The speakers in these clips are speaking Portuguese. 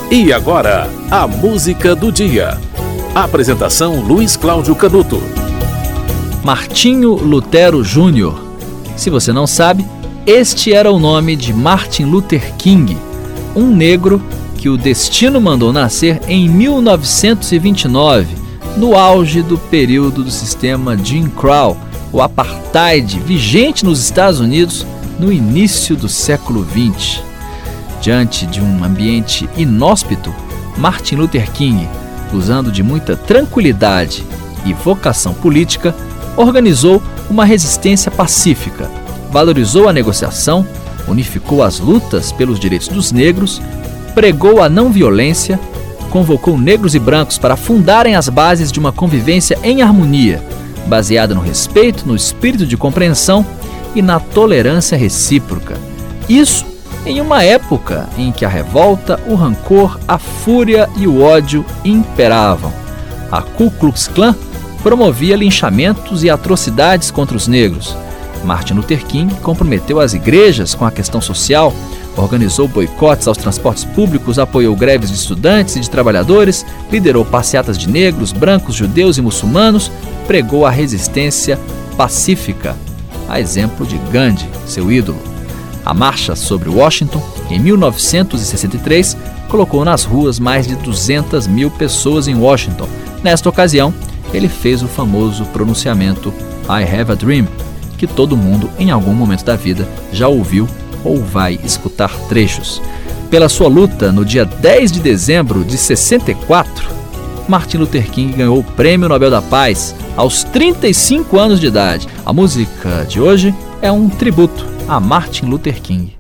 E agora, a música do dia. Apresentação Luiz Cláudio Canuto. Martinho Lutero Júnior. Se você não sabe, este era o nome de Martin Luther King, um negro que o destino mandou nascer em 1929, no auge do período do sistema Jim Crow, o apartheid vigente nos Estados Unidos no início do século XX. Diante de um ambiente inóspito, Martin Luther King, usando de muita tranquilidade e vocação política, organizou uma resistência pacífica, valorizou a negociação, unificou as lutas pelos direitos dos negros, pregou a não violência, convocou negros e brancos para fundarem as bases de uma convivência em harmonia, baseada no respeito, no espírito de compreensão e na tolerância recíproca. Isso em uma época em que a revolta, o rancor, a fúria e o ódio imperavam. A Ku Klux Klan promovia linchamentos e atrocidades contra os negros. Martin Luther King comprometeu as igrejas com a questão social, organizou boicotes aos transportes públicos, apoiou greves de estudantes e de trabalhadores, liderou passeatas de negros, brancos, judeus e muçulmanos, pregou a resistência pacífica, a exemplo de Gandhi, seu ídolo. A Marcha sobre Washington, em 1963, colocou nas ruas mais de 200 mil pessoas em Washington. Nesta ocasião, ele fez o famoso pronunciamento I Have a Dream, que todo mundo, em algum momento da vida, já ouviu ou vai escutar trechos. Pela sua luta, no dia 10 de dezembro de 64, Martin Luther King ganhou o Prêmio Nobel da Paz aos 35 anos de idade. A música de hoje é um tributo a Martin Luther King.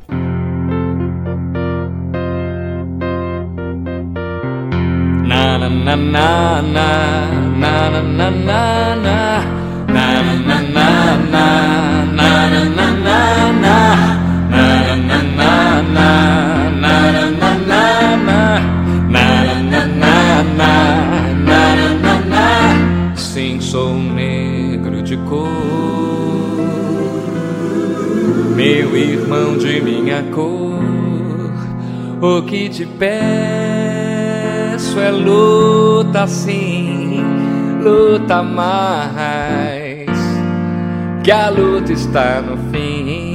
Na na na na na na na na na na na na. Sim, sou negro de cor, meu irmão de minha cor. O que te peço é luta, sim, luta mais, que a luta está no fim.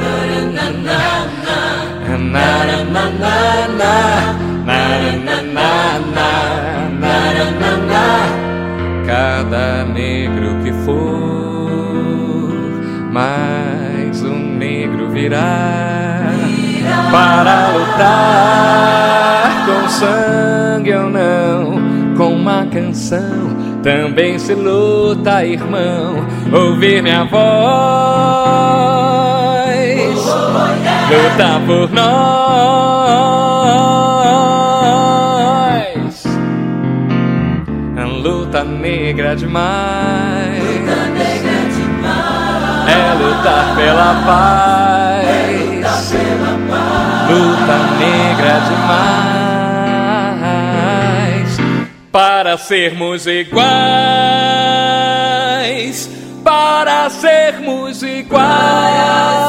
Cada negro que for, mais um negro virá para lutar com sangue ou não, com uma canção também se luta, irmão. Ouvir minha voz, luta por nós. A luta negra demais, é lutar pela paz, luta negra demais, para sermos iguais, para sermos iguais.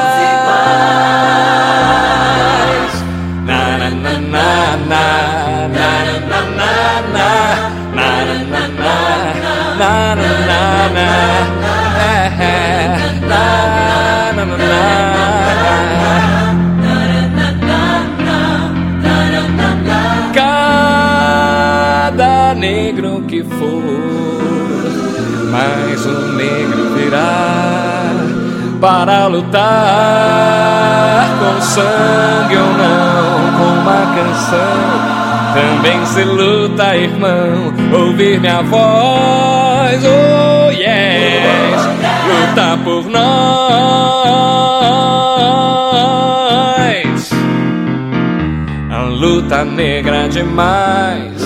Na na na na na na na na na na na. Cada negro que for, mais um negro virá para lutar com sangue ou não, com uma canção também se luta, irmão. Ouvir minha voz, oh yes, luta por nós. A luta negra demais,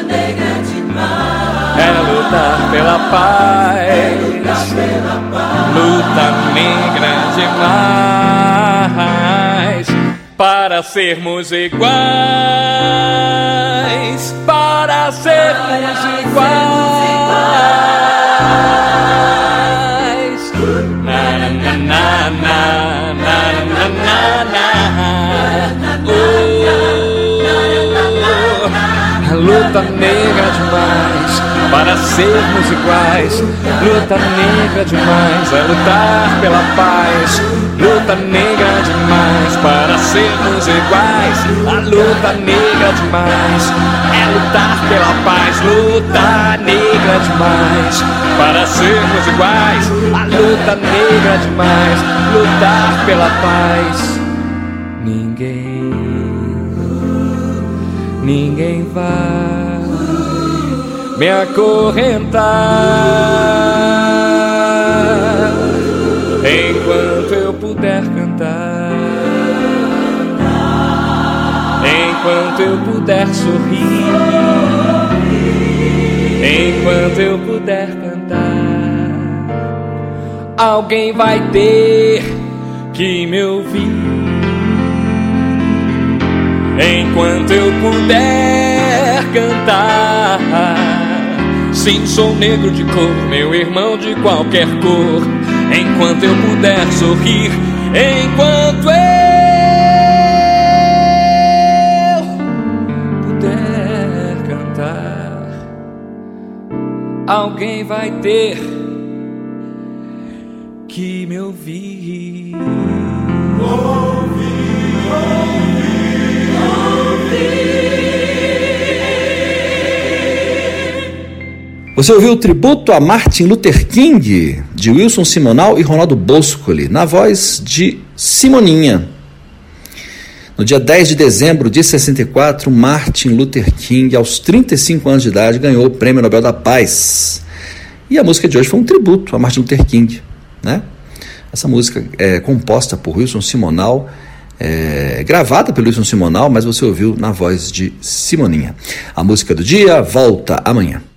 é lutar pela paz, luta negra demais, para sermos iguais, para sermos iguais. Na na na na na na na na. luta negra demais para sermos iguais. Luta negra demais é lutar pela paz. Luta negra demais para sermos iguais. A luta negra demais é lutar pela paz. Luta negra demais para sermos iguais. A luta negra demais, lutar pela paz. Ninguém vai me acorrentar enquanto eu puder cantar, enquanto eu puder sorrir, enquanto eu puder cantar. Alguém vai ter que me ouvir enquanto eu puder cantar. Sim, sou negro de cor, meu irmão de qualquer cor. Enquanto eu puder sorrir, enquanto eu puder cantar, alguém vai ter que me ouvir. Você ouviu o tributo a Martin Luther King, de Wilson Simonal e Ronaldo Boscoli, na voz de Simoninha. No dia 10 de dezembro de 64, Martin Luther King, aos 35 anos de idade, ganhou o Prêmio Nobel da Paz. E a música de hoje foi um tributo a Martin Luther King, né? Essa música é composta por Wilson Simonal, gravada pelo Wilson Simonal, mas você ouviu na voz de Simoninha. A música do dia volta amanhã.